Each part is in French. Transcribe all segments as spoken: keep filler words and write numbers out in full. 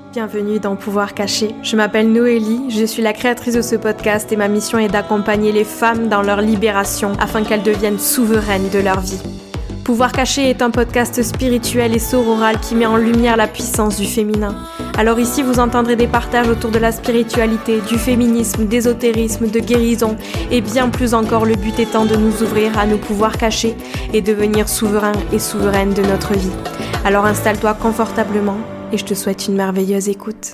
Bienvenue dans Pouvoir caché. Je m'appelle Noélie, je suis la créatrice de ce podcast et ma mission est d'accompagner les femmes dans leur libération afin qu'elles deviennent souveraines de leur vie. Pouvoir caché est un podcast spirituel et sororal qui met en lumière la puissance du féminin. Alors ici, vous entendrez des partages autour de la spiritualité, du féminisme, d'ésotérisme, de guérison et bien plus encore, le but étant de nous ouvrir à nos pouvoirs cachés et devenir souverains et souveraines de notre vie. Alors installe-toi confortablement et je te souhaite une merveilleuse écoute.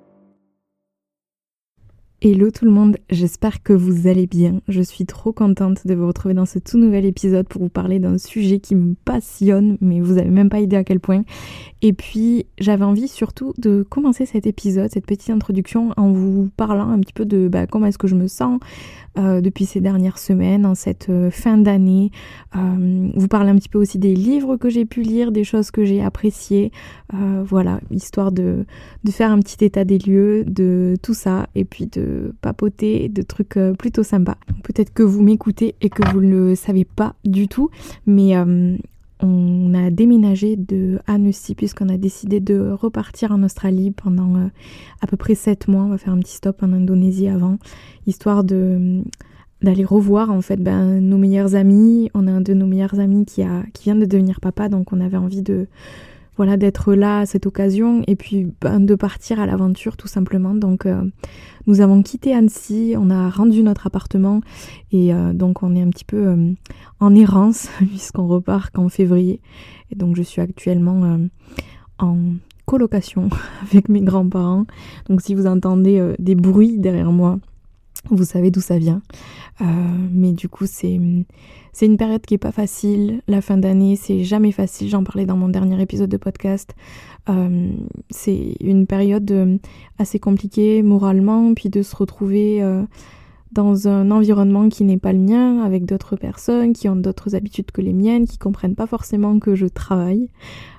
Hello tout le monde, j'espère que vous allez bien. Je suis trop contente de vous retrouver dans ce tout nouvel épisode pour vous parler d'un sujet qui me passionne, mais vous n'avez même pas idée à quel point. Et puis j'avais envie surtout de commencer cet épisode, cette petite introduction, en vous parlant un petit peu de bah, comment est-ce que je me sens euh, depuis ces dernières semaines, en cette euh, fin d'année. Euh, vous parler un petit peu aussi des livres que j'ai pu lire, des choses que j'ai appréciées. Euh, voilà, histoire de, de faire un petit état des lieux de tout ça et puis de papoter, de trucs euh, plutôt sympas. Peut-être que vous m'écoutez et que vous ne le savez pas du tout, mais euh, on a déménagé de Annecy puisqu'on a décidé de repartir en Australie pendant euh, à peu près sept mois. On va faire un petit stop en Indonésie avant, histoire de d'aller revoir en fait ben, nos meilleurs amis. On a un de nos meilleurs amis qui, a, qui vient de devenir papa, donc on avait envie de voilà, d'être là à cette occasion et puis ben, de partir à l'aventure tout simplement. Donc euh, nous avons quitté Annecy, on a rendu notre appartement et euh, donc on est un petit peu euh, en errance puisqu'on repart qu'en février. Et donc je suis actuellement euh, en colocation avec mes grands-parents. Donc si vous entendez euh, des bruits derrière moi, vous savez d'où ça vient. Euh, mais du coup, c'est, c'est une période qui est pas facile. La fin d'année, c'est jamais facile. J'en parlais dans mon dernier épisode de podcast. Euh, c'est une période euh, assez compliquée moralement, puis de se retrouver euh, dans un environnement qui n'est pas le mien, avec d'autres personnes qui ont d'autres habitudes que les miennes, qui comprennent pas forcément que je travaille.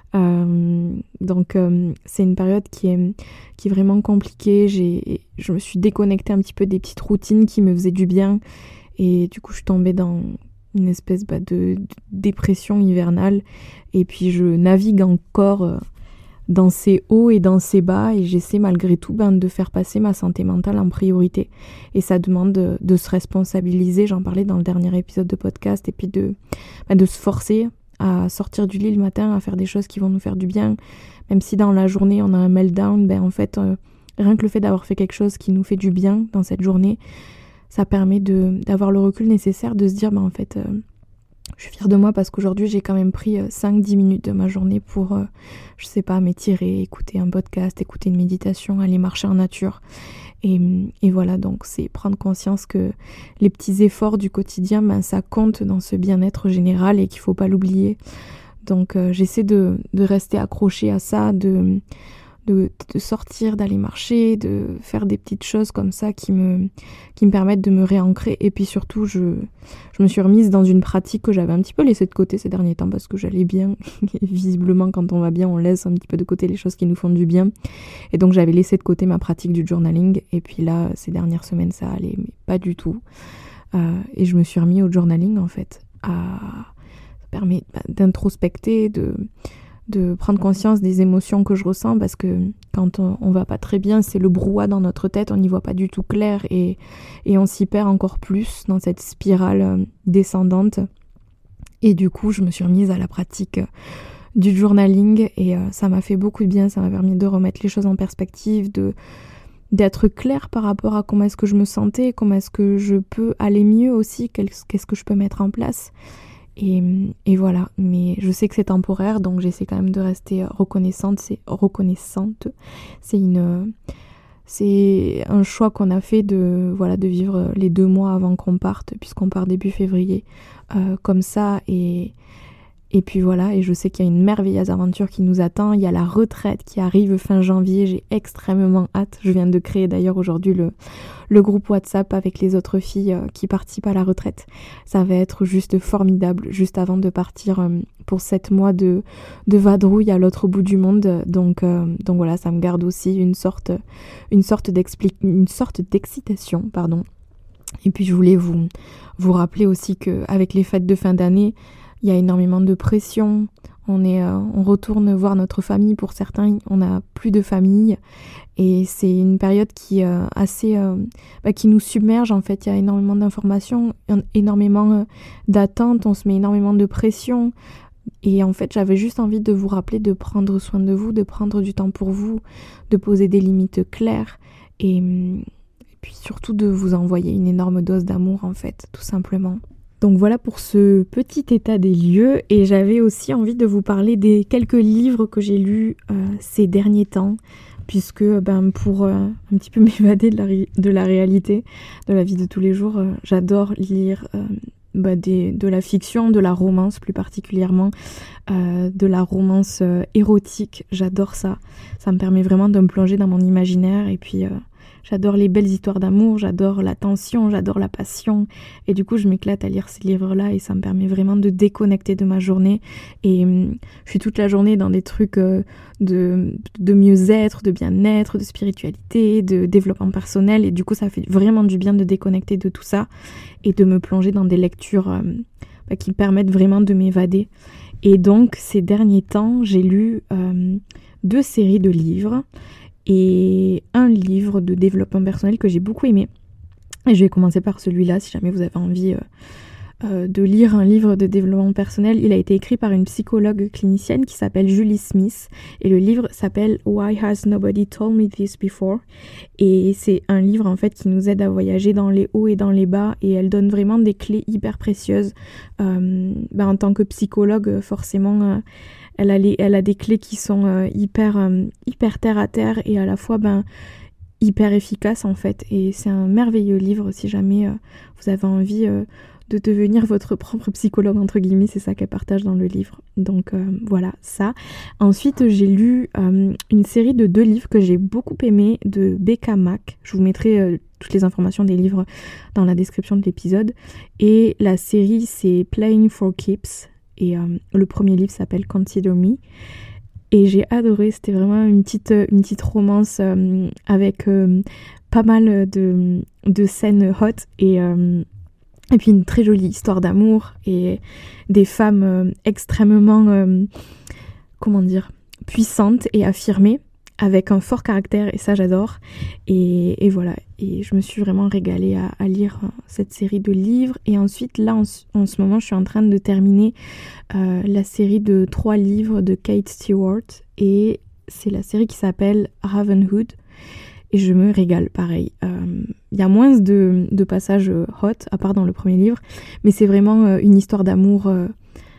Euh, donc euh, c'est une période qui est, qui est vraiment compliquée. J'ai, je me suis déconnectée un petit peu des petites routines qui me faisaient du bien et du coup je suis tombée dans une espèce bah, de, de dépression hivernale et puis je navigue encore euh, dans ces hauts et dans ces bas et j'essaie malgré tout ben, de faire passer ma santé mentale en priorité et ça demande de, de se responsabiliser, j'en parlais dans le dernier épisode de podcast, et puis de, ben, de se forcer à sortir du lit le matin, à faire des choses qui vont nous faire du bien, même si dans la journée on a un meltdown, ben en fait euh, rien que le fait d'avoir fait quelque chose qui nous fait du bien dans cette journée, ça permet de, d'avoir le recul nécessaire, de se dire ben en fait euh, je suis fière de moi parce qu'aujourd'hui j'ai quand même pris euh, cinq dix minutes de ma journée pour euh, je sais pas, m'étirer, écouter un podcast, écouter une méditation, aller marcher en nature. Et, et voilà, donc c'est prendre conscience que les petits efforts du quotidien, ben, ça compte dans ce bien-être général et qu'il faut pas l'oublier. Donc euh, j'essaie de, de rester accrochée à ça, de, de, de sortir, d'aller marcher, de faire des petites choses comme ça qui me, qui me permettent de me réancrer. Et puis surtout, je, je me suis remise dans une pratique que j'avais un petit peu laissée de côté ces derniers temps parce que j'allais bien. Et visiblement, quand on va bien, on laisse un petit peu de côté les choses qui nous font du bien. Et donc j'avais laissé de côté ma pratique du journaling. Et puis là, ces dernières semaines, ça allait, mais pas du tout. Euh, et je me suis remis au journaling, en fait. À... Ça permet bah, d'introspecter, de... de prendre conscience des émotions que je ressens parce que quand on, on va pas très bien, c'est le brouhaha dans notre tête, on n'y voit pas du tout clair et, et on s'y perd encore plus dans cette spirale descendante. Et du coup, je me suis remise à la pratique du journaling et euh, ça m'a fait beaucoup de bien, ça m'a permis de remettre les choses en perspective, de, d'être claire par rapport à comment est-ce que je me sentais, comment est-ce que je peux aller mieux aussi, qu'est-ce que je peux mettre en place. Et, et voilà, mais je sais que c'est temporaire, donc j'essaie quand même de rester reconnaissante. C'est reconnaissante. C'est une, c'est un choix qu'on a fait de, voilà, de vivre les deux mois avant qu'on parte, puisqu'on part début février, euh, comme ça. Et, et puis voilà, et je sais qu'il y a une merveilleuse aventure qui nous attend. Il y a la retraite qui arrive fin janvier. J'ai extrêmement hâte. Je viens de créer d'ailleurs aujourd'hui le, le groupe WhatsApp avec les autres filles euh, qui participent à la retraite. Ça va être juste formidable, juste avant de partir euh, pour sept mois de, de vadrouille à l'autre bout du monde. Donc, euh, donc voilà, ça me garde aussi une sorte, une sorte, d'expli- une sorte d'excitation, pardon. Et puis je voulais vous, vous rappeler aussi qu'avec les fêtes de fin d'année, il y a énormément de pression. On est, euh, on retourne voir notre famille. Pour certains, on n'a plus de famille. Et c'est une période qui euh, assez, euh, bah, qui nous submerge en fait. Il y a énormément d'informations, énormément euh, d'attentes. On se met énormément de pression. Et en fait, j'avais juste envie de vous rappeler de prendre soin de vous, de prendre du temps pour vous, de poser des limites claires et, et puis surtout de vous envoyer une énorme dose d'amour en fait, tout simplement. Donc voilà pour ce petit état des lieux, et j'avais aussi envie de vous parler des quelques livres que j'ai lus euh, ces derniers temps, puisque ben, pour euh, un petit peu m'évader de la, ré- de la réalité, de la vie de tous les jours, euh, j'adore lire euh, bah, des, de la fiction, de la romance plus particulièrement, euh, de la romance euh, érotique, j'adore ça. Ça me permet vraiment de me plonger dans mon imaginaire, et puis... Euh, J'adore les belles histoires d'amour, j'adore la tension, j'adore la passion. Et du coup, je m'éclate à lire ces livres-là et ça me permet vraiment de déconnecter de ma journée. Et euh, je suis toute la journée dans des trucs euh, de, de mieux-être, de bien-être, de spiritualité, de développement personnel. Et du coup, ça fait vraiment du bien de déconnecter de tout ça et de me plonger dans des lectures euh, bah, qui me permettent vraiment de m'évader. Et donc, ces derniers temps, j'ai lu euh, deux séries de livres et un livre de développement personnel que j'ai beaucoup aimé. Et je vais commencer par celui-là, si jamais vous avez envie euh, euh, de lire un livre de développement personnel. Il a été écrit par une psychologue clinicienne qui s'appelle Julie Smith. Et le livre s'appelle « Why Has Nobody Told Me This Before ?» Et c'est un livre en fait qui nous aide à voyager dans les hauts et dans les bas. Et elle donne vraiment des clés hyper précieuses. Euh, ben, en tant que psychologue, forcément... Euh, Elle a, les, elle a des clés qui sont euh, hyper, euh, hyper terre à terre et à la fois ben, hyper efficaces en fait. Et c'est un merveilleux livre si jamais euh, vous avez envie euh, de devenir votre propre psychologue entre guillemets. C'est ça qu'elle partage dans le livre. Donc euh, voilà ça. Ensuite j'ai lu euh, une série de deux livres que j'ai beaucoup aimés de Becca Mack. Je vous mettrai euh, toutes les informations des livres dans la description de l'épisode. Et la série c'est Playing for Keeps. Et euh, le premier livre s'appelle Consider Me. Et j'ai adoré, c'était vraiment une petite, une petite romance euh, avec euh, pas mal de, de scènes hot. Et, euh, et puis une très jolie histoire d'amour et des femmes euh, extrêmement, euh, comment dire, puissantes et affirmées, avec un fort caractère, et ça j'adore. Et, et voilà, et je me suis vraiment régalée à, à lire cette série de livres. Et ensuite, là, en, en ce moment, je suis en train de terminer euh, la série de trois livres de Kate Stewart. Et c'est la série qui s'appelle Ravenhood. Et je me régale, pareil. Il euh, y a moins de, de passages hot, à part dans le premier livre. Mais c'est vraiment euh, une histoire d'amour... Euh,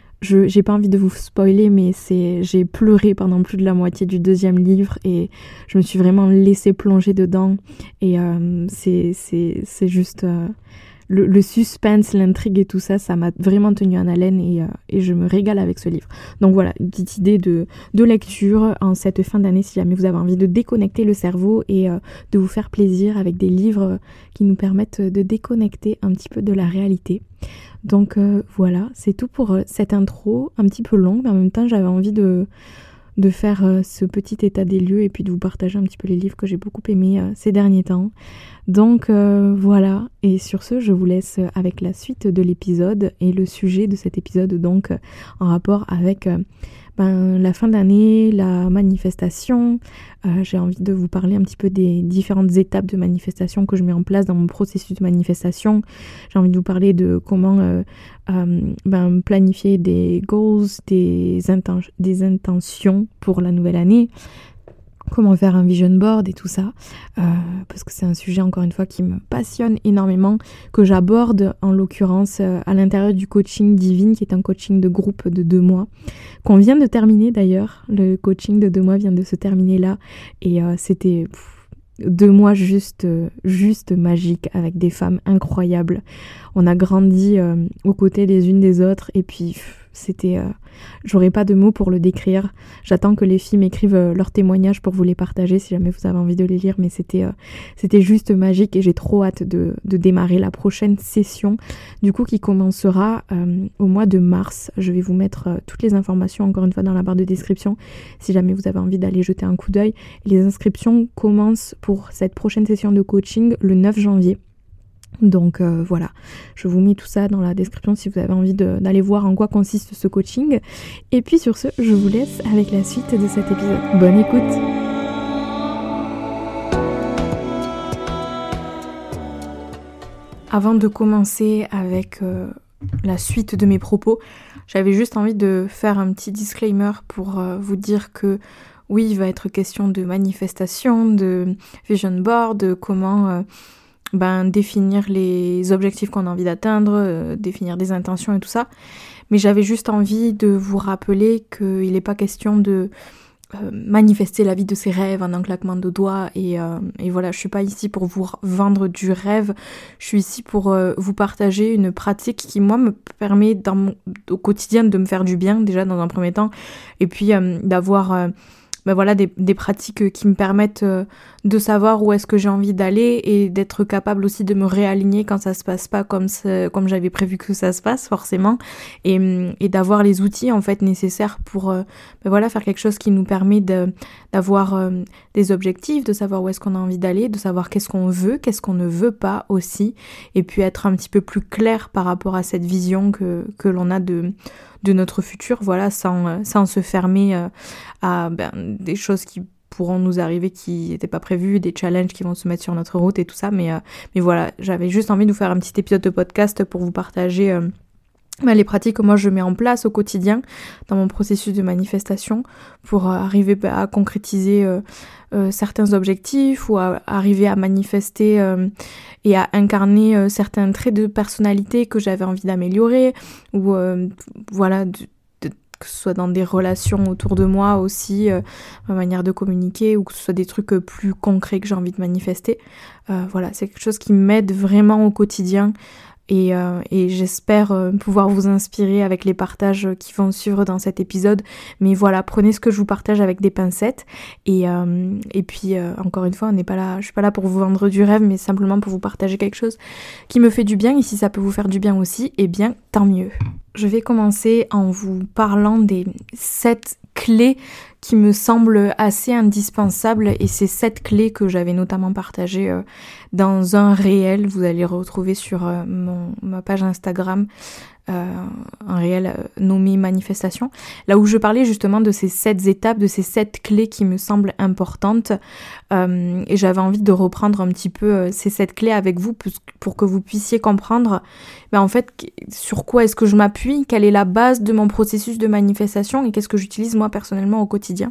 Je j'ai pas envie de vous spoiler, mais c'est j'ai pleuré pendant plus de la moitié du deuxième livre et je me suis vraiment laissée plonger dedans. Et euh, c'est c'est c'est juste euh, le, le suspense, l'intrigue et tout ça, ça m'a vraiment tenu en haleine et, euh, et je me régale avec ce livre. Donc voilà, une petite idée de, de lecture en cette fin d'année si jamais vous avez envie de déconnecter le cerveau et euh, de vous faire plaisir avec des livres qui nous permettent de déconnecter un petit peu de la réalité. Donc euh, voilà, c'est tout pour euh, cette intro, un petit peu longue, mais en même temps j'avais envie de, de faire euh, ce petit état des lieux et puis de vous partager un petit peu les livres que j'ai beaucoup aimés euh, ces derniers temps. Donc euh, voilà, et sur ce je vous laisse avec la suite de l'épisode et le sujet de cet épisode donc euh, en rapport avec... Euh, Ben, la fin d'année, la manifestation, euh, j'ai envie de vous parler un petit peu des différentes étapes de manifestation que je mets en place dans mon processus de manifestation. J'ai envie de vous parler de comment euh, euh, ben, planifier des goals, des, inten- des intentions pour la nouvelle année, comment faire un vision board et tout ça, euh, parce que c'est un sujet encore une fois qui me passionne énormément, que j'aborde en l'occurrence euh, à l'intérieur du coaching Divine, qui est un coaching de groupe de deux mois, qu'on vient de terminer d'ailleurs. Le coaching de deux mois vient de se terminer là, et euh, c'était pff, deux mois juste, euh, juste magiques, avec des femmes incroyables. On a grandi euh, aux côtés les unes des autres, et puis pff, c'était... Euh, J'aurais pas de mots pour le décrire. J'attends que les filles m'écrivent euh, leurs témoignages pour vous les partager si jamais vous avez envie de les lire. Mais c'était euh, c'était juste magique et j'ai trop hâte de, de démarrer la prochaine session. Du coup, qui commencera euh, au mois de mars. Je vais vous mettre euh, toutes les informations encore une fois dans la barre de description si jamais vous avez envie d'aller jeter un coup d'œil. Les inscriptions commencent pour cette prochaine session de coaching le neuf janvier. Donc euh, voilà, je vous mets tout ça dans la description si vous avez envie de, d'aller voir en quoi consiste ce coaching. Et puis sur ce, je vous laisse avec la suite de cet épisode. Bonne écoute! Avant de commencer avec euh, la suite de mes propos, j'avais juste envie de faire un petit disclaimer pour euh, vous dire que oui, il va être question de manifestation, de vision board, de comment... Euh, Ben, définir les objectifs qu'on a envie d'atteindre, euh, définir des intentions et tout ça. Mais j'avais juste envie de vous rappeler qu'il n'est pas question de euh, manifester la vie de ses rêves en un claquement de doigts. Et, euh, et voilà, je suis pas ici pour vous vendre du rêve. Je suis ici pour euh, vous partager une pratique qui, moi, me permet dans mon, au quotidien de me faire du bien, déjà dans un premier temps. Et puis euh, d'avoir... Euh, Ben voilà, des, des pratiques qui me permettent euh, de savoir où est-ce que j'ai envie d'aller et d'être capable aussi de me réaligner quand ça se passe pas comme, comme j'avais prévu que ça se passe forcément et, et d'avoir les outils en fait nécessaires pour euh, ben voilà, faire quelque chose qui nous permet de, d'avoir euh, des objectifs, de savoir où est-ce qu'on a envie d'aller, de savoir qu'est-ce qu'on veut, qu'est-ce qu'on ne veut pas aussi et puis être un petit peu plus clair par rapport à cette vision que, que l'on a de... de notre futur, voilà, sans, sans se fermer euh, à ben, des choses qui pourront nous arriver qui n'étaient pas prévues, des challenges qui vont se mettre sur notre route et tout ça, mais, euh, mais voilà, j'avais juste envie de vous faire un petit épisode de podcast pour vous partager euh, ben, les pratiques que moi je mets en place au quotidien dans mon processus de manifestation pour euh, arriver ben, à concrétiser euh, euh, certains objectifs ou à arriver à manifester euh, et à incarner euh, certains traits de personnalité que j'avais envie d'améliorer ou euh, voilà de, de, que ce soit dans des relations autour de moi aussi, euh, ma manière de communiquer ou que ce soit des trucs euh, plus concrets que j'ai envie de manifester. Euh, voilà, c'est quelque chose qui m'aide vraiment au quotidien. Et, euh, et j'espère euh, pouvoir vous inspirer avec les partages qui vont suivre dans cet épisode. Mais voilà, prenez ce que je vous partage avec des pincettes. Et, euh, et puis, euh, encore une fois, on n'est pas là, je suis pas là pour vous vendre du rêve, mais simplement pour vous partager quelque chose qui me fait du bien. Et si ça peut vous faire du bien aussi, eh bien, tant mieux. Je vais commencer en vous parlant des sept clés qui me semblent assez indispensables et c'est sept clés que j'avais notamment partagées euh, dans un réel, vous allez retrouver sur euh, mon, ma page Instagram, euh, un réel euh, nommé Manifestation, là où je parlais justement de ces sept étapes, de ces sept clés qui me semblent importantes euh, et j'avais envie de reprendre un petit peu euh, ces sept clés avec vous pour, pour que vous puissiez comprendre ben, en fait sur quoi est-ce que je m'appuie, quelle est la base de mon processus de manifestation et qu'est-ce que j'utilise moi personnellement au quotidien.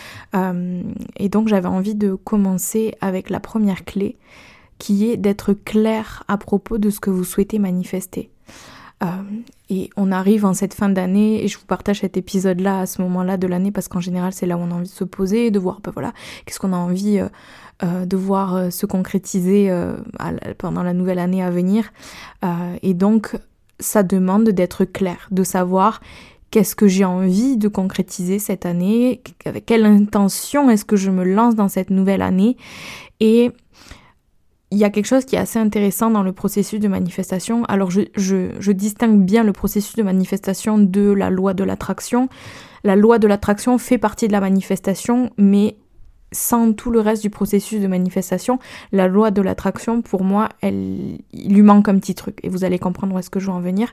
Euh, et donc j'avais envie de commencer avec la première clé qui est d'être clair à propos de ce que vous souhaitez manifester. Euh, et on arrive en cette fin d'année et je vous partage cet épisode-là à ce moment-là de l'année parce qu'en général c'est là où on a envie de se poser, de voir ben voilà, qu'est-ce qu'on a envie euh, euh, de voir euh, se concrétiser euh, à la, pendant la nouvelle année à venir. Euh, et donc ça demande d'être clair, de savoir qu'est-ce que j'ai envie de concrétiser cette année, avec quelle intention est-ce que je me lance dans cette nouvelle année. Et il y a quelque chose qui est assez intéressant dans le processus de manifestation. Alors je, je, je distingue bien le processus de manifestation de la loi de l'attraction. La loi de l'attraction fait partie de la manifestation, mais sans tout le reste du processus de manifestation, la loi de l'attraction, pour moi, elle, il lui manque un petit truc. Et vous allez comprendre où est-ce que je veux en venir.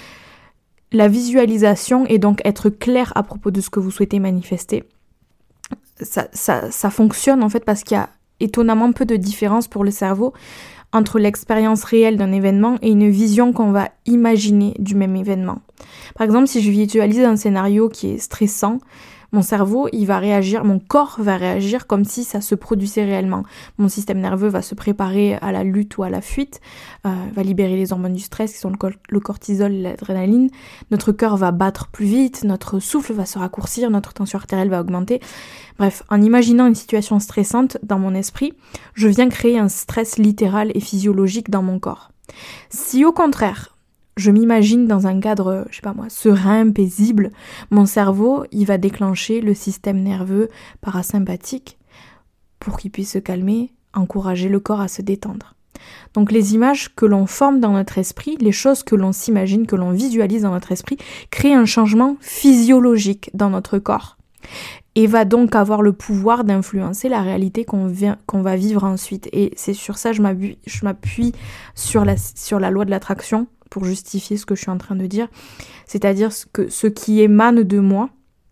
La visualisation et donc être clair à propos de ce que vous souhaitez manifester, ça, ça, ça fonctionne en fait parce qu'il y a étonnamment peu de différence pour le cerveau entre l'expérience réelle d'un événement et une vision qu'on va imaginer du même événement. Par exemple, si je visualise un scénario qui est stressant, mon cerveau, il va réagir, mon corps va réagir comme si ça se produisait réellement. Mon système nerveux va se préparer à la lutte ou à la fuite, euh, va libérer les hormones du stress qui sont le, col- le cortisol et l'adrénaline. Notre cœur va battre plus vite, notre souffle va se raccourcir, notre tension artérielle va augmenter. Bref, en imaginant une situation stressante dans mon esprit, je viens créer un stress littéral et physiologique dans mon corps. Si au contraire, je m'imagine dans un cadre, je sais pas moi, serein, paisible, mon cerveau, il va déclencher le système nerveux parasympathique pour qu'il puisse se calmer, encourager le corps à se détendre. Donc les images que l'on forme dans notre esprit, les choses que l'on s'imagine, que l'on visualise dans notre esprit, créent un changement physiologique dans notre corps. et va donc avoir le pouvoir d'influencer la réalité qu'on, vient, qu'on va vivre ensuite. Et c'est sur ça que je m'appuie, je m'appuie sur, la, sur la loi de l'attraction pour justifier ce que je suis en train de dire. C'est-à-dire que ce qui émane de moi,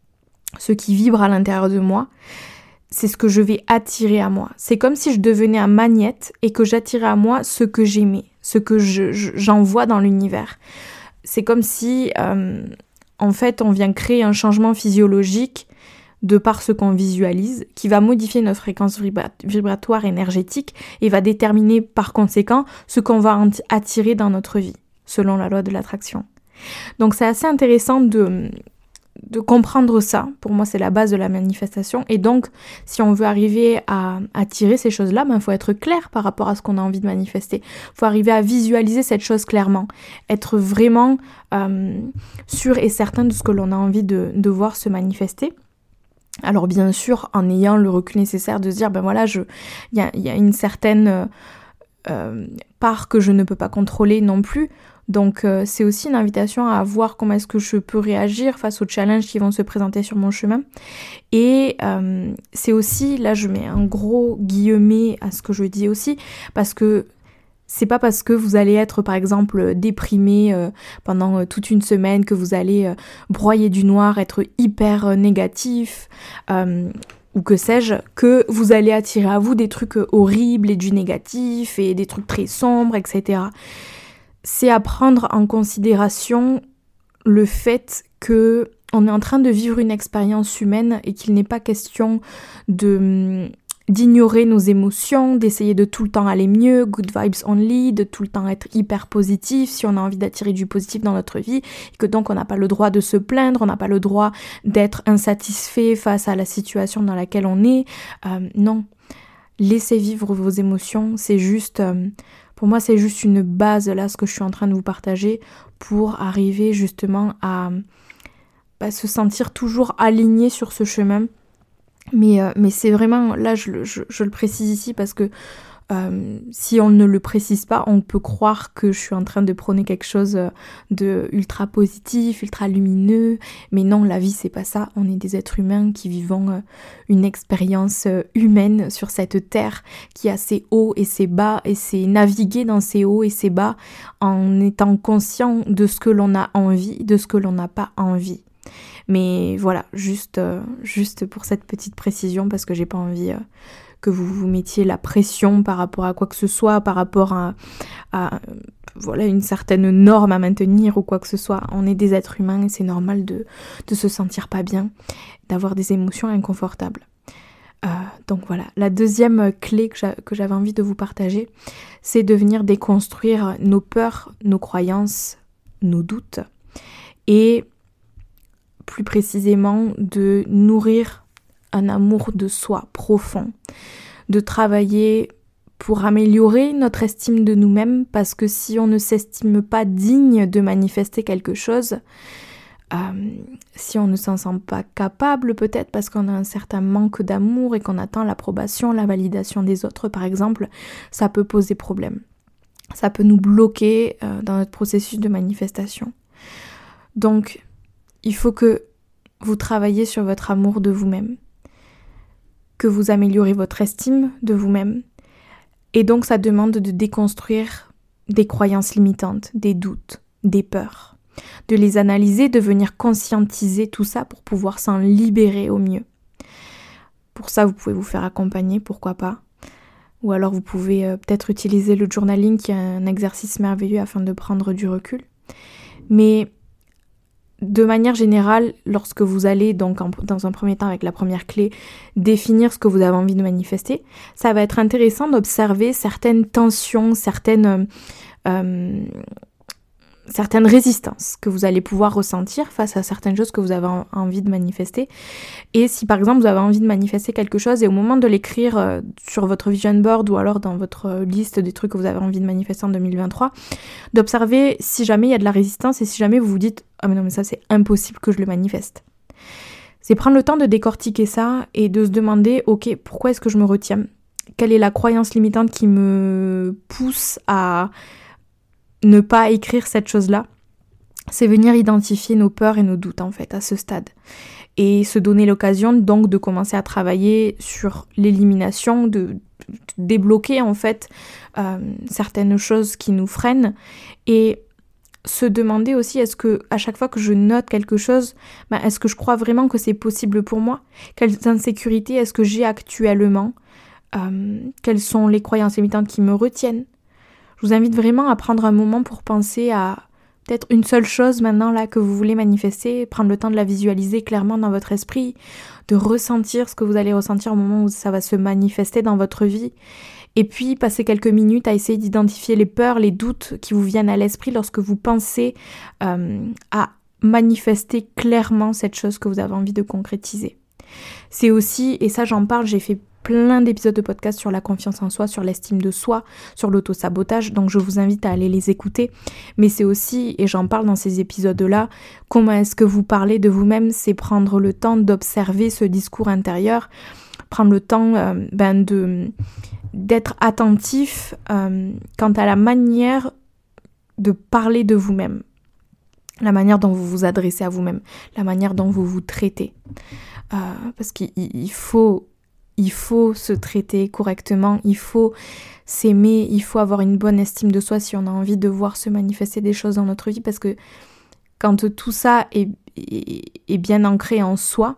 ce qui vibre à l'intérieur de moi, c'est ce que je vais attirer à moi. C'est comme si je devenais un magnète et que j'attirais à moi ce que j'aimais, ce que je, je, j'envoie dans l'univers. C'est comme si, euh, en fait, on vient créer un changement physiologique de par ce qu'on visualise, qui va modifier notre fréquence vibra- vibratoire énergétique et va déterminer par conséquent ce qu'on va attirer dans notre vie, selon la loi de l'attraction. Donc c'est assez intéressant de, de comprendre ça. Pour moi, c'est la base de la manifestation. Et donc, si on veut arriver à attirer ces choses-là, ben, il faut être clair par rapport à ce qu'on a envie de manifester. Il faut arriver à visualiser cette chose clairement. Être vraiment euh, sûr et certain de ce que l'on a envie de, de voir se manifester. Alors bien sûr, en ayant le recul nécessaire de se dire, ben voilà, je, il y a, y a une certaine euh, part que je ne peux pas contrôler non plus. Donc euh, c'est aussi une invitation à voir comment est-ce que je peux réagir face aux challenges qui vont se présenter sur mon chemin. Et euh, c'est aussi, là je mets un gros guillemet à ce que je dis aussi, parce que c'est pas parce que vous allez être par exemple déprimé euh, pendant euh, toute une semaine que vous allez euh, broyer du noir, être hyper euh, négatif euh, ou que sais-je, que vous allez attirer à vous des trucs euh, horribles et du négatif et des trucs très sombres, et cetera. C'est à prendre en considération le fait que on est en train de vivre une expérience humaine et qu'il n'est pas question de... d'ignorer nos émotions, d'essayer de tout le temps aller mieux, good vibes only, de tout le temps être hyper positif si on a envie d'attirer du positif dans notre vie, et que donc on n'a pas le droit de se plaindre, on n'a pas le droit d'être insatisfait face à la situation dans laquelle on est. Euh, non, laissez vivre vos émotions, c'est juste, euh, pour moi c'est juste une base là, ce que je suis en train de vous partager pour arriver justement à bah, se sentir toujours aligné sur ce chemin. Mais, euh, mais c'est vraiment, là je, je, je le précise ici parce que euh, si on ne le précise pas, on peut croire que je suis en train de prôner quelque chose de ultra positif, ultra lumineux, mais non, la vie c'est pas ça, on est des êtres humains qui vivons euh, une expérience euh, humaine sur cette terre qui a ses hauts et ses bas, et c'est naviguer dans ses hauts et ses bas en étant conscient de ce que l'on a envie, de ce que l'on n'a pas envie. Mais voilà, juste, euh, juste pour cette petite précision, parce que j'ai pas envie euh, que vous vous mettiez la pression par rapport à quoi que ce soit, par rapport à, à voilà, une certaine norme à maintenir ou quoi que ce soit. On est des êtres humains et c'est normal de, de se sentir pas bien, d'avoir des émotions inconfortables. Euh, donc voilà, la deuxième clé que, j'a, que j'avais envie de vous partager, c'est de venir déconstruire nos peurs, nos croyances, nos doutes, et plus précisément de nourrir un amour de soi profond, de travailler pour améliorer notre estime de nous-mêmes, parce que si on ne s'estime pas digne de manifester quelque chose, euh, si on ne s'en sent pas capable peut-être parce qu'on a un certain manque d'amour et qu'on attend l'approbation, la validation des autres par exemple, ça peut poser problème. Ça peut nous bloquer euh, dans notre processus de manifestation. Donc, il faut que vous travailliez sur votre amour de vous-même, que vous améliorez votre estime de vous-même, et donc ça demande de déconstruire des croyances limitantes, des doutes, des peurs, de les analyser, de venir conscientiser tout ça pour pouvoir s'en libérer au mieux. Pour ça, vous pouvez vous faire accompagner, pourquoi pas, ou alors vous pouvez euh, peut-être utiliser le journaling qui est un exercice merveilleux afin de prendre du recul. Mais de manière générale, lorsque vous allez donc en, dans un premier temps avec la première clé définir ce que vous avez envie de manifester, ça va être intéressant d'observer certaines tensions, certaines, euh, certaines résistances que vous allez pouvoir ressentir face à certaines choses que vous avez en, envie de manifester. Et si par exemple vous avez envie de manifester quelque chose et au moment de l'écrire euh, sur votre vision board ou alors dans votre liste des trucs que vous avez envie de manifester en deux mille vingt-trois, d'observer si jamais il y a de la résistance et si jamais vous vous dites « Ah mais non mais ça c'est impossible que je le manifeste ». C'est prendre le temps de décortiquer ça et de se demander « Ok, pourquoi est-ce que je me retiens ? Quelle est la croyance limitante qui me pousse à ne pas écrire cette chose-là ? c'est venir identifier nos peurs et nos doutes en fait à ce stade. Et se donner l'occasion donc de commencer à travailler sur l'élimination, de, de débloquer en fait euh, certaines choses qui nous freinent et se demander aussi est-ce que à chaque fois que je note quelque chose, ben, est-ce que je crois vraiment que c'est possible pour moi ? Quelles insécurités est-ce que j'ai actuellement ? euh, Quelles sont les croyances limitantes qui me retiennent ? Je vous invite vraiment à prendre un moment pour penser à peut-être une seule chose maintenant là que vous voulez manifester, prendre le temps de la visualiser clairement dans votre esprit, de ressentir ce que vous allez ressentir au moment où ça va se manifester dans votre vie. Et puis passer quelques minutes à essayer d'identifier les peurs, les doutes qui vous viennent à l'esprit lorsque vous pensez euh, à manifester clairement cette chose que vous avez envie de concrétiser. C'est aussi, et ça j'en parle, j'ai fait plein d'épisodes de podcast sur la confiance en soi, sur l'estime de soi, sur l'auto-sabotage, donc je vous invite à aller les écouter. Mais c'est aussi, et j'en parle dans ces épisodes-là, comment est-ce que vous parlez de vous-même, c'est prendre le temps d'observer ce discours intérieur, prendre le temps euh, ben de, d'être attentif euh, quant à la manière de parler de vous-même, la manière dont vous vous adressez à vous-même, la manière dont vous vous traitez. Euh, parce qu'il il faut... Il faut se traiter correctement, il faut s'aimer, il faut avoir une bonne estime de soi si on a envie de voir se manifester des choses dans notre vie, parce que quand tout ça est, est, est bien ancré en soi,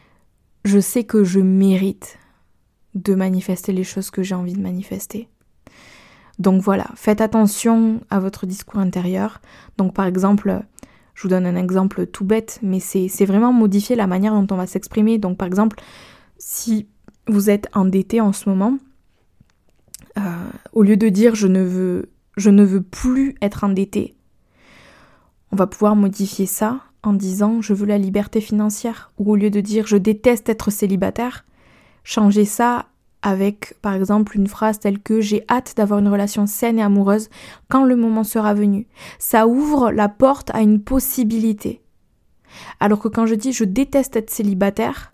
je sais que je mérite de manifester les choses que j'ai envie de manifester. Donc voilà, faites attention à votre discours intérieur. Donc par exemple, je vous donne un exemple tout bête, mais c'est, c'est vraiment modifier la manière dont on va s'exprimer. Donc par exemple, si vous êtes endetté en ce moment, euh, au lieu de dire je ne veux, je ne veux plus être endetté, on va pouvoir modifier ça en disant je veux la liberté financière. Ou au lieu de dire je déteste être célibataire, changer ça avec par exemple une phrase telle que j'ai hâte d'avoir une relation saine et amoureuse quand le moment sera venu. Ça ouvre la porte à une possibilité. Alors que quand je dis je déteste être célibataire,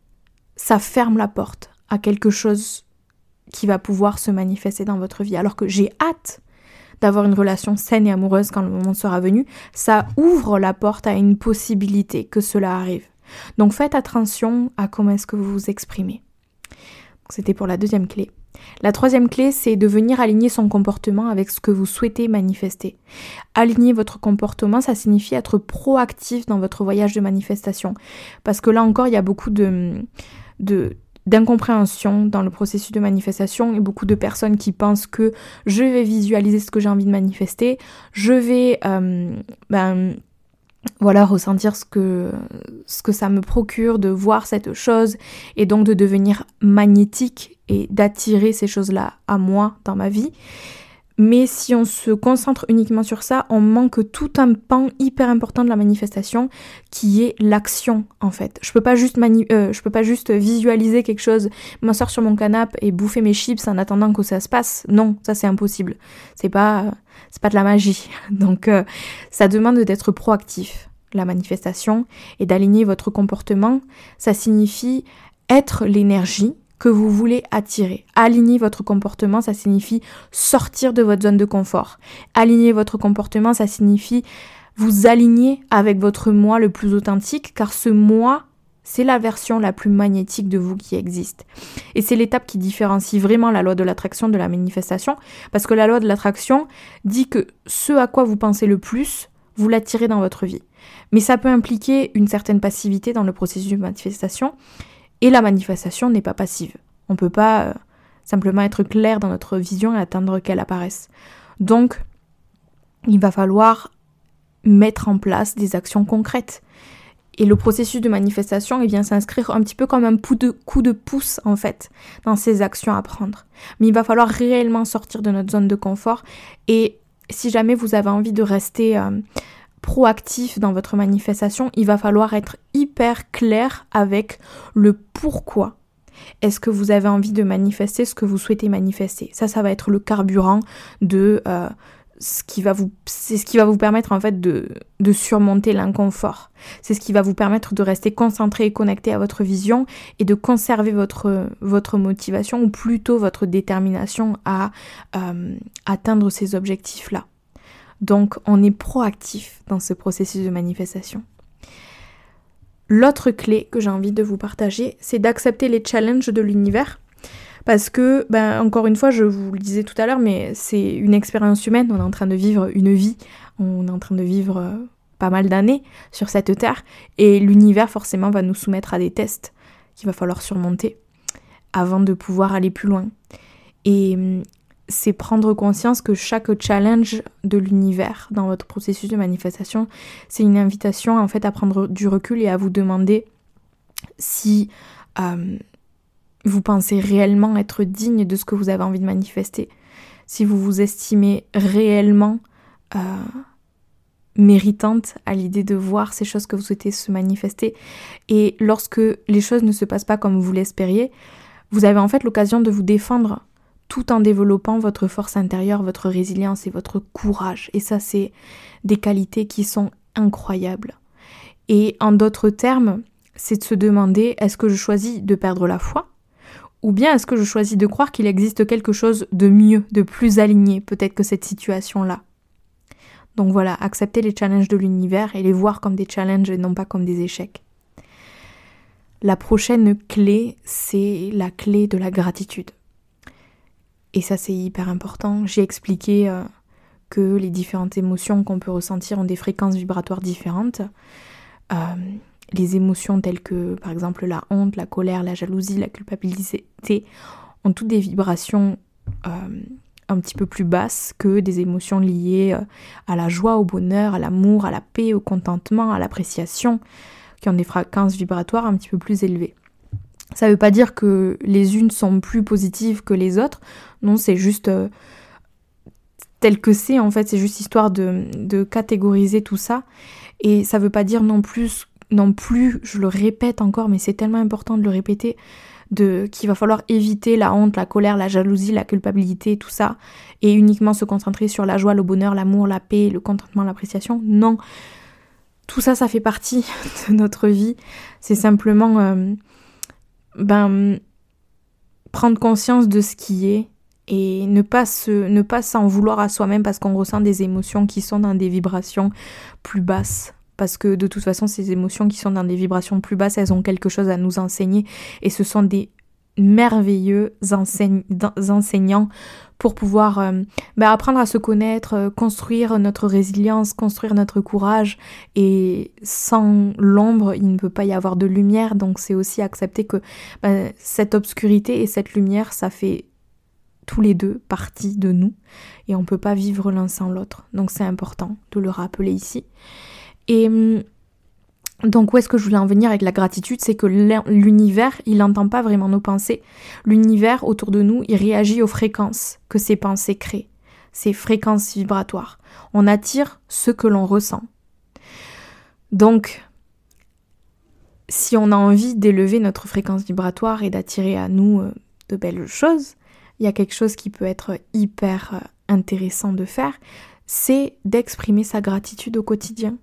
ça ferme la porte à quelque chose qui va pouvoir se manifester dans votre vie. Alors que j'ai hâte d'avoir une relation saine et amoureuse quand le moment sera venu, ça ouvre la porte à une possibilité que cela arrive. Donc faites attention à comment est-ce que vous vous exprimez. C'était pour la deuxième clé. La troisième clé, c'est de venir aligner son comportement avec ce que vous souhaitez manifester. Aligner votre comportement, ça signifie être proactif dans votre voyage de manifestation. Parce que là encore, il y a beaucoup de, de, d'incompréhension dans le processus de manifestation et beaucoup de personnes qui pensent que je vais visualiser ce que j'ai envie de manifester, je vais euh, ben, voilà, ressentir ce que, ce que ça me procure de voir cette chose et donc de devenir magnétique et d'attirer ces choses-là à moi dans ma vie. Mais si on se concentre uniquement sur ça, on manque tout un pan hyper important de la manifestation qui est l'action en fait. Je peux pas juste mani- euh, je peux pas juste visualiser quelque chose, m'asseoir sur mon canapé et bouffer mes chips en attendant que ça se passe. Non, ça c'est impossible. C'est pas c'est pas de la magie. Donc euh, ça demande d'être proactif, la manifestation, et d'aligner votre comportement. Ça signifie être l'énergie que vous voulez attirer. Aligner votre comportement, ça signifie sortir de votre zone de confort. Aligner votre comportement, ça signifie vous aligner avec votre moi le plus authentique, car ce moi, c'est la version la plus magnétique de vous qui existe. Et c'est l'étape qui différencie vraiment la loi de l'attraction de la manifestation, parce que la loi de l'attraction dit que ce à quoi vous pensez le plus, vous l'attirez dans votre vie. Mais ça peut impliquer une certaine passivité dans le processus de manifestation, et la manifestation n'est pas passive. On ne peut pas euh, simplement être clair dans notre vision et attendre qu'elle apparaisse. Donc, il va falloir mettre en place des actions concrètes. Et le processus de manifestation, il vient s'inscrire un petit peu comme un coup de, coup de pouce, en fait, dans ces actions à prendre. Mais il va falloir réellement sortir de notre zone de confort. Et si jamais vous avez envie de rester Euh, proactif dans votre manifestation, il va falloir être hyper clair avec le pourquoi. Est-ce que vous avez envie de manifester ce que vous souhaitez manifester ? Ça, ça va être le carburant de euh, ce qui va vous, c'est ce qui va vous permettre en fait de, de surmonter l'inconfort. C'est ce qui va vous permettre de rester concentré et connecté à votre vision et de conserver votre, votre motivation ou plutôt votre détermination à euh, atteindre ces objectifs-là. Donc on est proactif dans ce processus de manifestation. L'autre clé que j'ai envie de vous partager, c'est d'accepter les challenges de l'univers. Parce que, ben, encore une fois, je vous le disais tout à l'heure, mais c'est une expérience humaine, on est en train de vivre une vie, on est en train de vivre euh, pas mal d'années sur cette terre, et l'univers forcément va nous soumettre à des tests qu'il va falloir surmonter avant de pouvoir aller plus loin. Et c'est prendre conscience que chaque challenge de l'univers dans votre processus de manifestation, c'est une invitation en fait à prendre du recul et à vous demander si euh, vous pensez réellement être digne de ce que vous avez envie de manifester, si vous vous estimez réellement euh, méritante à l'idée de voir ces choses que vous souhaitez se manifester. Et lorsque les choses ne se passent pas comme vous l'espériez, vous avez en fait l'occasion de vous défendre tout en développant votre force intérieure, votre résilience et votre courage. Et ça, c'est des qualités qui sont incroyables. Et en d'autres termes, c'est de se demander, est-ce que je choisis de perdre la foi ? Ou bien est-ce que je choisis de croire qu'il existe quelque chose de mieux, de plus aligné, peut-être que cette situation-là ? Donc voilà, accepter les challenges de l'univers et les voir comme des challenges et non pas comme des échecs. La prochaine clé, c'est la clé de la gratitude. Et ça, c'est hyper important. J'ai expliqué euh, que les différentes émotions qu'on peut ressentir ont des fréquences vibratoires différentes. Euh, les émotions telles que, par exemple, la honte, la colère, la jalousie, la culpabilité, ont toutes des vibrations euh, un petit peu plus basses que des émotions liées euh, à la joie, au bonheur, à l'amour, à la paix, au contentement, à l'appréciation, qui ont des fréquences vibratoires un petit peu plus élevées. Ça ne veut pas dire que les unes sont plus positives que les autres. Non, c'est juste euh, tel que c'est, en fait. C'est juste histoire de, de catégoriser tout ça. Et ça ne veut pas dire non plus, non plus, je le répète encore, mais c'est tellement important de le répéter, de, qu'il va falloir éviter la honte, la colère, la jalousie, la culpabilité, tout ça, et uniquement se concentrer sur la joie, le bonheur, l'amour, la paix, le contentement, l'appréciation. Non, tout ça, ça fait partie de notre vie. C'est simplement... Euh, ben, prendre conscience de ce qui est et ne pas, se, ne pas s'en vouloir à soi-même parce qu'on ressent des émotions qui sont dans des vibrations plus basses. Parce que de toute façon, ces émotions qui sont dans des vibrations plus basses, elles ont quelque chose à nous enseigner et ce sont des merveilleux enseigne, enseignants pour pouvoir euh, ben apprendre à se connaître, euh, construire notre résilience, construire notre courage. Et sans l'ombre, il ne peut pas y avoir de lumière. Donc c'est aussi accepter que ben, cette obscurité et cette lumière, ça fait tous les deux partie de nous. Et on ne peut pas vivre l'un sans l'autre. Donc c'est important de le rappeler ici. Et... donc où est-ce que je voulais en venir avec la gratitude, c'est que l'univers, il n'entend pas vraiment nos pensées. L'univers autour de nous, il réagit aux fréquences que ces pensées créent, ces fréquences vibratoires. On attire ce que l'on ressent. Donc, si on a envie d'élever notre fréquence vibratoire et d'attirer à nous de belles choses, il y a quelque chose qui peut être hyper intéressant de faire, c'est d'exprimer sa gratitude au quotidien.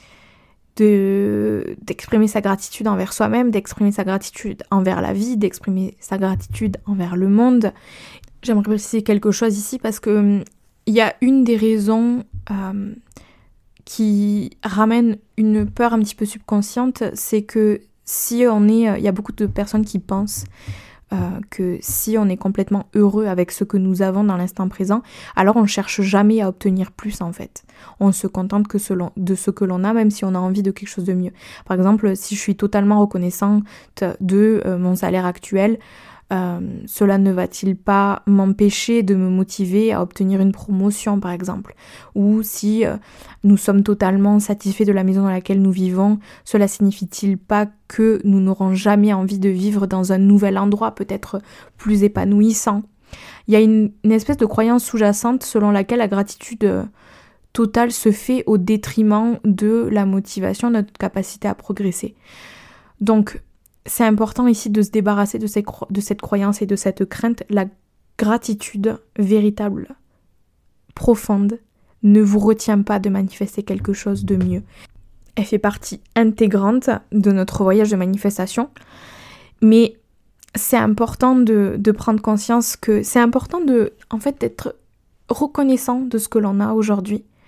De, d'exprimer sa gratitude envers soi-même, d'exprimer sa gratitude envers la vie, d'exprimer sa gratitude envers le monde. J'aimerais préciser quelque chose ici parce que hum, il y a une des raisons euh, qui ramène une peur un petit peu subconsciente, c'est que si on est... Il y a beaucoup de personnes qui pensent Euh, que si on est complètement heureux avec ce que nous avons dans l'instant présent, alors on ne cherche jamais à obtenir plus en fait. On se contente que selon, de ce que l'on a, même si on a envie de quelque chose de mieux. Par exemple, si je suis totalement reconnaissante de euh, mon salaire actuel, euh, cela ne va-t-il pas m'empêcher de me motiver à obtenir une promotion par exemple ? Ou si euh, nous sommes totalement satisfaits de la maison dans laquelle nous vivons, cela signifie-t-il pas que nous n'aurons jamais envie de vivre dans un nouvel endroit, peut-être plus épanouissant ? Il y a une, une espèce de croyance sous-jacente selon laquelle la gratitude euh, totale se fait au détriment de la motivation, de notre capacité à progresser. Donc, c'est important ici de se débarrasser de, ces, de cette croyance et de cette crainte. La gratitude véritable, profonde, ne vous retient pas de manifester quelque chose de mieux. Elle fait partie intégrante de notre voyage de manifestation, mais c'est important de, de prendre conscience que c'est important de, en fait, d'être reconnaissant de ce que l'on a aujourd'hui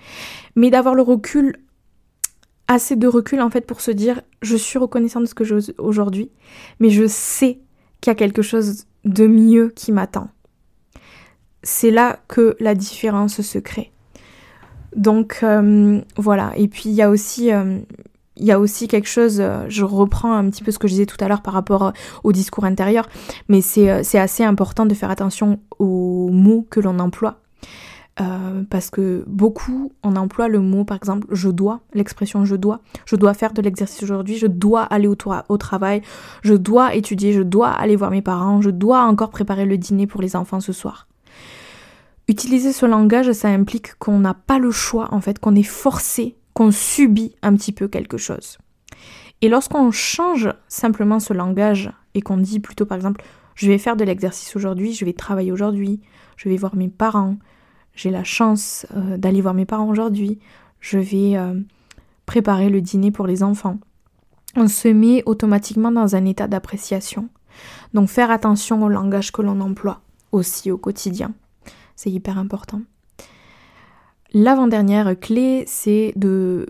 Mais d'avoir le recul, assez de recul en fait pour se dire je suis reconnaissante de ce que j'ai aujourd'hui, mais je sais qu'il y a quelque chose de mieux qui m'attend. C'est là que la différence se crée. Donc euh, voilà, et puis il y a aussi... Euh, Il y a aussi quelque chose, je reprends un petit peu ce que je disais tout à l'heure par rapport au discours intérieur, mais c'est, c'est assez important de faire attention aux mots que l'on emploie. Euh, parce que beaucoup, on emploie le mot, par exemple, je dois, l'expression je dois. Je dois faire de l'exercice aujourd'hui, je dois aller au, tra- au travail, je dois étudier, je dois aller voir mes parents, je dois encore préparer le dîner pour les enfants ce soir. Utiliser ce langage, ça implique qu'on n'a pas le choix, en fait, qu'on est forcé, qu'on subit un petit peu quelque chose. Et lorsqu'on change simplement ce langage et qu'on dit plutôt par exemple je vais faire de l'exercice aujourd'hui, je vais travailler aujourd'hui, je vais voir mes parents, j'ai la chance euh, d'aller voir mes parents aujourd'hui, je vais euh, préparer le dîner pour les enfants. On se met automatiquement dans un état d'appréciation. Donc faire attention au langage que l'on emploie aussi au quotidien. C'est hyper important. L'avant-dernière clé, c'est de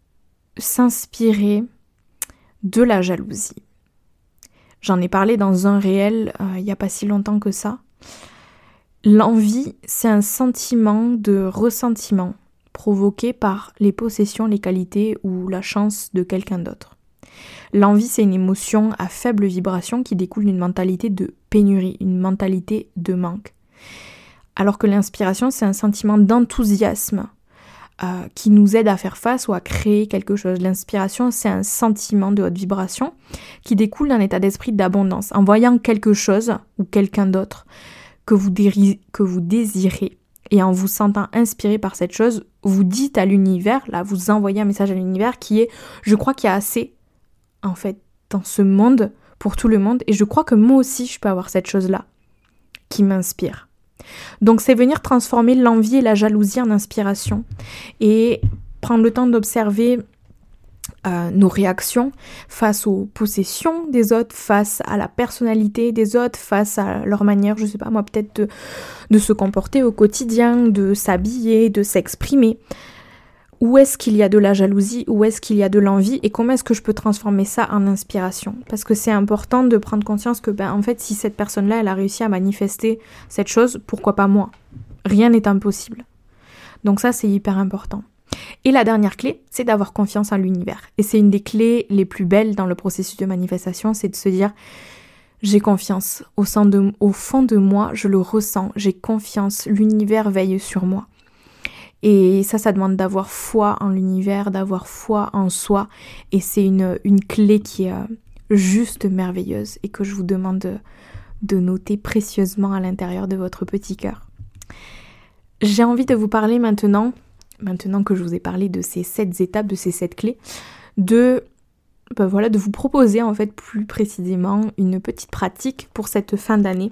s'inspirer de la jalousie. J'en ai parlé dans un réel euh, il n'y a pas si longtemps que ça. L'envie, c'est un sentiment de ressentiment provoqué par les possessions, les qualités ou la chance de quelqu'un d'autre. L'envie, c'est une émotion à faible vibration qui découle d'une mentalité de pénurie, une mentalité de manque. Alors que l'inspiration, c'est un sentiment d'enthousiasme euh, qui nous aide à faire face ou à créer quelque chose. L'inspiration, c'est un sentiment de haute vibration qui découle d'un état d'esprit d'abondance. En voyant quelque chose ou quelqu'un d'autre que vous, déri- que vous désirez et en vous sentant inspiré par cette chose, vous dites à l'univers, là vous envoyez un message à l'univers qui est « je crois qu'il y a assez en fait dans ce monde pour tout le monde et je crois que moi aussi je peux avoir cette chose-là qui m'inspire ». Donc c'est venir transformer l'envie et la jalousie en inspiration et prendre le temps d'observer euh, nos réactions face aux possessions des autres, face à la personnalité des autres, face à leur manière, je sais pas moi, peut-être de, de se comporter au quotidien, de s'habiller, de s'exprimer. Où est-ce qu'il y a de la jalousie, où est-ce qu'il y a de l'envie et comment est-ce que je peux transformer ça en inspiration? Parce que c'est important de prendre conscience que ben, en fait si cette personne-là elle a réussi à manifester cette chose, pourquoi pas moi? Rien n'est impossible. Donc ça c'est hyper important. Et la dernière clé, c'est d'avoir confiance en l'univers. Et c'est une des clés les plus belles dans le processus de manifestation, c'est de se dire j'ai confiance au, sein de, au fond de moi, je le ressens, j'ai confiance, l'univers veille sur moi. Et ça, ça demande d'avoir foi en l'univers, d'avoir foi en soi. Et c'est une, une clé qui est juste merveilleuse et que je vous demande de, de noter précieusement à l'intérieur de votre petit cœur. J'ai envie de vous parler maintenant, maintenant que je vous ai parlé de ces sept étapes, de ces sept clés, de, ben voilà, de vous proposer en fait plus précisément une petite pratique pour cette fin d'année.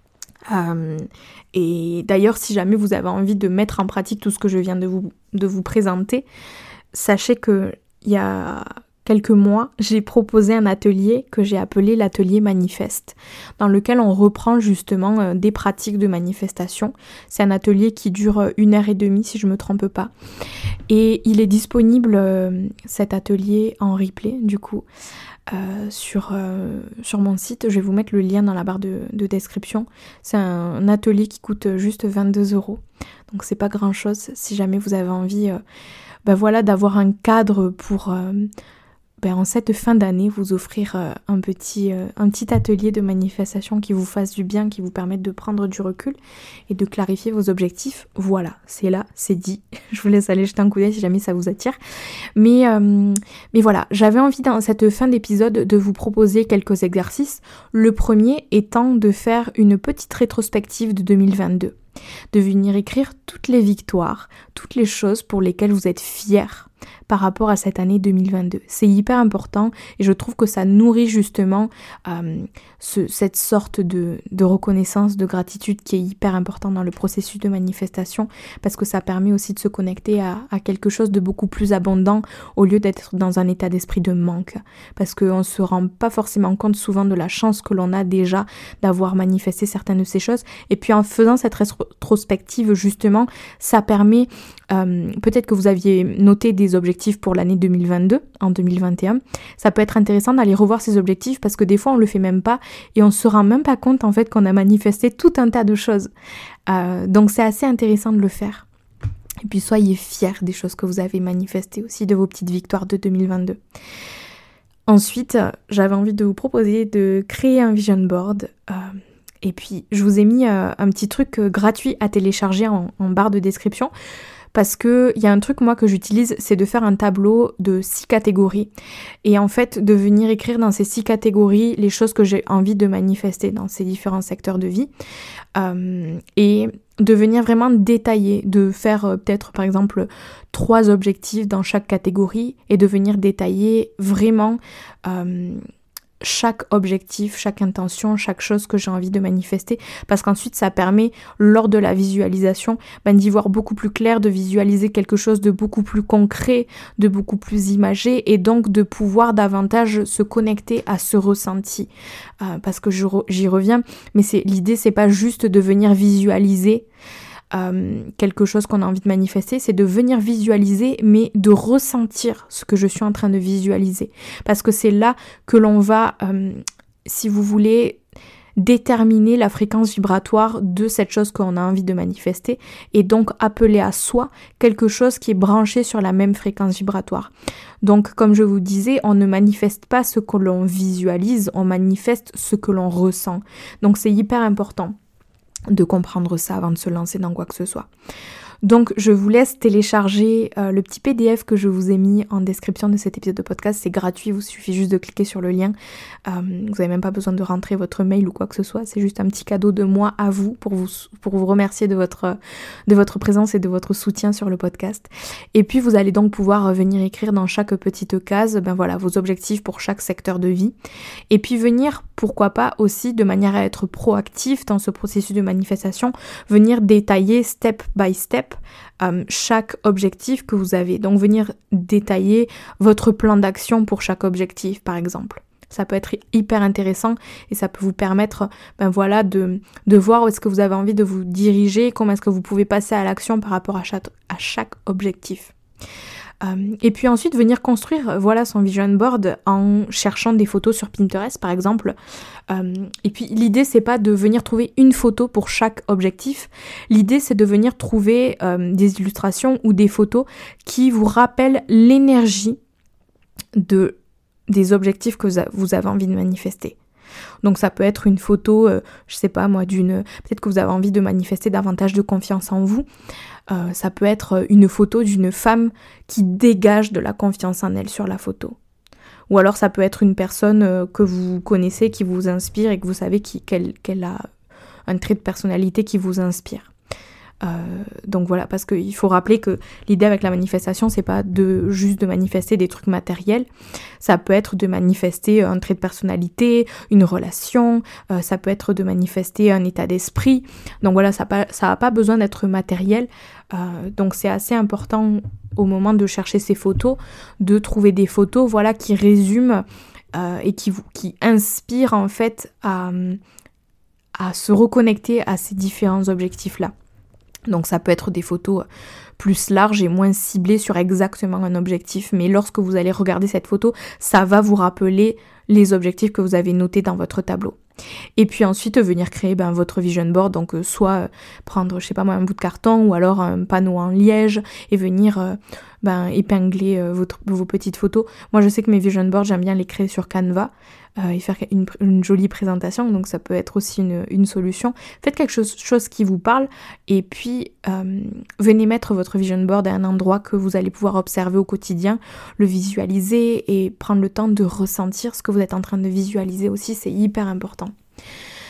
Euh, et d'ailleurs si jamais vous avez envie de mettre en pratique tout ce que je viens de vous, de vous présenter, sachez que il y a quelques mois j'ai proposé un atelier que j'ai appelé l'atelier manifeste, dans lequel on reprend justement euh, des pratiques de manifestation. C'est un atelier qui dure une heure et demie si je me trompe pas, et il est disponible euh, cet atelier en replay du coup Euh, sur, euh, sur mon site. Je vais vous mettre le lien dans la barre de, de description. C'est un atelier qui coûte juste vingt-deux euros. Donc c'est pas grand chose si jamais vous avez envie euh, ben voilà, d'avoir un cadre pour euh, ben en cette fin d'année vous offrir euh, un, petit, euh, un petit atelier de manifestation qui vous fasse du bien, qui vous permette de prendre du recul et de clarifier vos objectifs. Voilà, c'est là, c'est dit. Je vous laisse aller jeter un coup d'œil si jamais ça vous attire. Mais, euh, mais voilà, j'avais envie dans cette fin d'épisode de vous proposer quelques exercices. Le premier étant de faire une petite rétrospective de deux mille vingt-deux. De venir écrire toutes les victoires, toutes les choses pour lesquelles vous êtes fiers par rapport à cette année deux mille vingt-deux. C'est hyper important et je trouve que ça nourrit justement euh, ce, cette sorte de, de reconnaissance, de gratitude qui est hyper important dans le processus de manifestation parce que ça permet aussi de se connecter à, à quelque chose de beaucoup plus abondant au lieu d'être dans un état d'esprit de manque. Parce qu'on ne se rend pas forcément compte souvent de la chance que l'on a déjà d'avoir manifesté certaines de ces choses. Et puis en faisant cette rétrospective justement, ça permet, euh, peut-être que vous aviez noté des objectifs pour l'année deux mille vingt-deux, en deux mille vingt et un, ça peut être intéressant d'aller revoir ces objectifs parce que des fois on le fait même pas et on se rend même pas compte en fait qu'on a manifesté tout un tas de choses. Euh, donc c'est assez intéressant de le faire. Et puis soyez fiers des choses que vous avez manifestées aussi, de vos petites victoires de deux mille vingt-deux. Ensuite, j'avais envie de vous proposer de créer un vision board. Euh, et puis, je vous ai mis euh, un petit truc euh, gratuit à télécharger en, en barre de description. Parce que il y a un truc moi que j'utilise, c'est de faire un tableau de six catégories. Et en fait, de venir écrire dans ces six catégories les choses que j'ai envie de manifester dans ces différents secteurs de vie. Euh, et de venir vraiment détailler, de faire euh, peut-être par exemple trois objectifs dans chaque catégorie et de venir détailler vraiment euh, chaque objectif, chaque intention, chaque chose que j'ai envie de manifester, parce qu'ensuite ça permet lors de la visualisation ben, d'y voir beaucoup plus clair, de visualiser quelque chose de beaucoup plus concret, de beaucoup plus imagé et donc de pouvoir davantage se connecter à ce ressenti, euh, parce que je re- j'y reviens, mais c'est l'idée c'est pas juste de venir visualiser Euh, quelque chose qu'on a envie de manifester, c'est de venir visualiser mais de ressentir ce que je suis en train de visualiser, parce que c'est là que l'on va euh, si vous voulez déterminer la fréquence vibratoire de cette chose qu'on a envie de manifester et donc appeler à soi quelque chose qui est branché sur la même fréquence vibratoire. Donc comme je vous disais, on ne manifeste pas ce que l'on visualise, on manifeste ce que l'on ressent. Donc c'est hyper important de comprendre ça avant de se lancer dans quoi que ce soit. Donc je vous laisse télécharger euh, le petit P D F que je vous ai mis en description de cet épisode de podcast. C'est gratuit, vous suffit juste de cliquer sur le lien. Euh, vous n'avez même pas besoin de rentrer votre mail ou quoi que ce soit. C'est juste un petit cadeau de moi à vous pour vous, pour vous remercier de votre, de votre présence et de votre soutien sur le podcast. Et puis vous allez donc pouvoir venir écrire dans chaque petite case ben voilà, vos objectifs pour chaque secteur de vie. Et puis venir, pourquoi pas aussi, de manière à être proactif dans ce processus de manifestation, venir détailler step by step Euh, chaque objectif que vous avez. Donc venir détailler votre plan d'action pour chaque objectif par exemple. Ça peut être hyper intéressant et ça peut vous permettre ben voilà, de, de voir où est-ce que vous avez envie de vous diriger, comment est-ce que vous pouvez passer à l'action par rapport à chaque, à chaque objectif. Euh, et puis ensuite venir construire voilà son vision board en cherchant des photos sur Pinterest par exemple. Euh, et puis l'idée c'est pas de venir trouver une photo pour chaque objectif. L'idée c'est de venir trouver euh, des illustrations ou des photos qui vous rappellent l'énergie de des objectifs que vous avez envie de manifester. Donc ça peut être une photo, euh, je sais pas moi, d'une peut-être que vous avez envie de manifester davantage de confiance en vous. Euh, ça peut être une photo d'une femme qui dégage de la confiance en elle sur la photo. Ou alors ça peut être une personne euh, que vous connaissez, qui vous inspire et que vous savez qui, qu'elle, qu'elle a un trait de personnalité qui vous inspire. Euh, donc voilà, parce qu'il faut rappeler que l'idée avec la manifestation, c'est pas de juste de manifester des trucs matériels, ça peut être de manifester un trait de personnalité, une relation, euh, ça peut être de manifester un état d'esprit, donc voilà, ça n'a ça a pas besoin d'être matériel, euh, donc c'est assez important au moment de chercher ces photos, de trouver des photos voilà, qui résument euh, et qui, qui inspirent en fait à, à se reconnecter à ces différents objectifs-là. Donc ça peut être des photos plus larges et moins ciblées sur exactement un objectif, mais lorsque vous allez regarder cette photo, ça va vous rappeler les objectifs que vous avez notés dans votre tableau. Et puis ensuite venir créer ben, votre vision board, donc euh, soit euh, prendre je sais pas moi un bout de carton ou alors un panneau en liège et venir euh, ben, épingler euh, votre, vos petites photos. Moi je sais que mes vision boards j'aime bien les créer sur Canva euh, et faire une, une jolie présentation, donc ça peut être aussi une, une solution. Faites quelque chose, chose qui vous parle et puis euh, venez mettre votre vision board à un endroit que vous allez pouvoir observer au quotidien, le visualiser et prendre le temps de ressentir ce que vous êtes en train de visualiser aussi, c'est hyper important.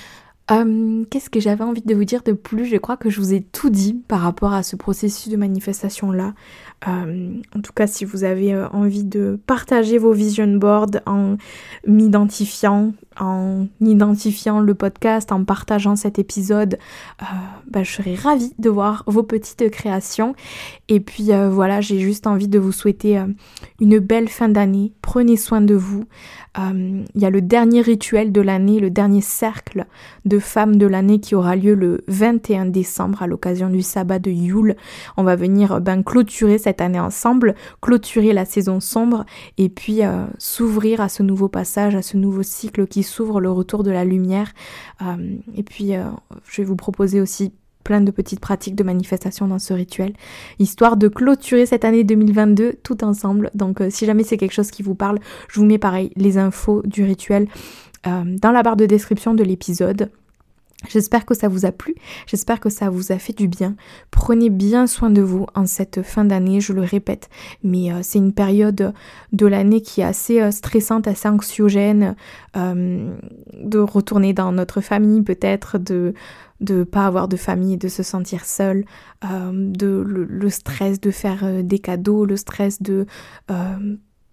Euh, qu'est-ce que j'avais envie de vous dire de plus? Je crois que je vous ai tout dit par rapport à ce processus de manifestation-là. Euh, en tout cas, si vous avez euh, envie de partager vos vision boards en m'identifiant, en identifiant le podcast, en partageant cet épisode, euh, bah, je serais ravie de voir vos petites créations. Et puis euh, voilà, j'ai juste envie de vous souhaiter euh, une belle fin d'année. Prenez soin de vous. Euh, il y a le dernier rituel de l'année, le dernier cercle de femmes de l'année qui aura lieu le vingt et un décembre à l'occasion du sabbat de Yule. On va venir ben, clôturer cette année ensemble, clôturer la saison sombre et puis euh, s'ouvrir à ce nouveau passage, à ce nouveau cycle qui s'ouvre, le retour de la lumière. Euh, et puis euh, je vais vous proposer aussi plein de petites pratiques de manifestation dans ce rituel, histoire de clôturer cette année deux mille vingt-deux tout ensemble. Donc euh, si jamais c'est quelque chose qui vous parle, je vous mets pareil les infos du rituel euh, dans la barre de description de l'épisode. J'espère que ça vous a plu, j'espère que ça vous a fait du bien. Prenez bien soin de vous en cette fin d'année, je le répète, mais euh, c'est une période de l'année qui est assez euh, stressante, assez anxiogène, euh, de retourner dans notre famille peut-être, de de pas avoir de famille et de se sentir seul, euh, de le, le stress de faire euh, des cadeaux, le stress de euh,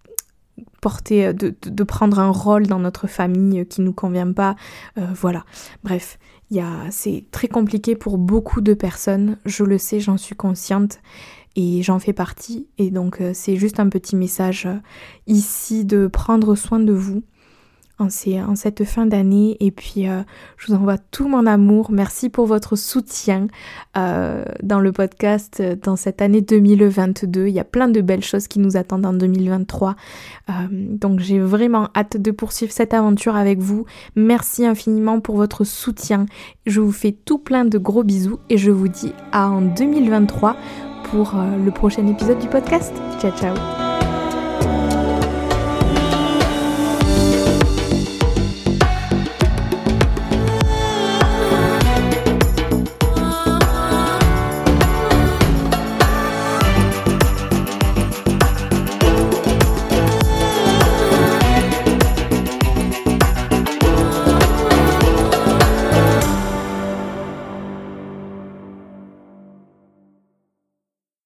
porter, de, de, de prendre un rôle dans notre famille qui nous convient pas, euh, voilà. Bref, il y a, c'est très compliqué pour beaucoup de personnes, je le sais, j'en suis consciente et j'en fais partie. Et donc euh, c'est juste un petit message euh, ici de prendre soin de vous en, ces, en cette fin d'année. Et puis euh, je vous envoie tout mon amour. Merci pour votre soutien euh, dans le podcast dans cette année deux mille vingt-deux. Il y a plein de belles choses qui nous attendent en deux mille vingt-trois. Euh, donc j'ai vraiment hâte de poursuivre cette aventure avec vous. Merci infiniment pour votre soutien. Je vous fais tout plein de gros bisous et je vous dis à en deux mille vingt-trois pour euh, le prochain épisode du podcast. Ciao ciao.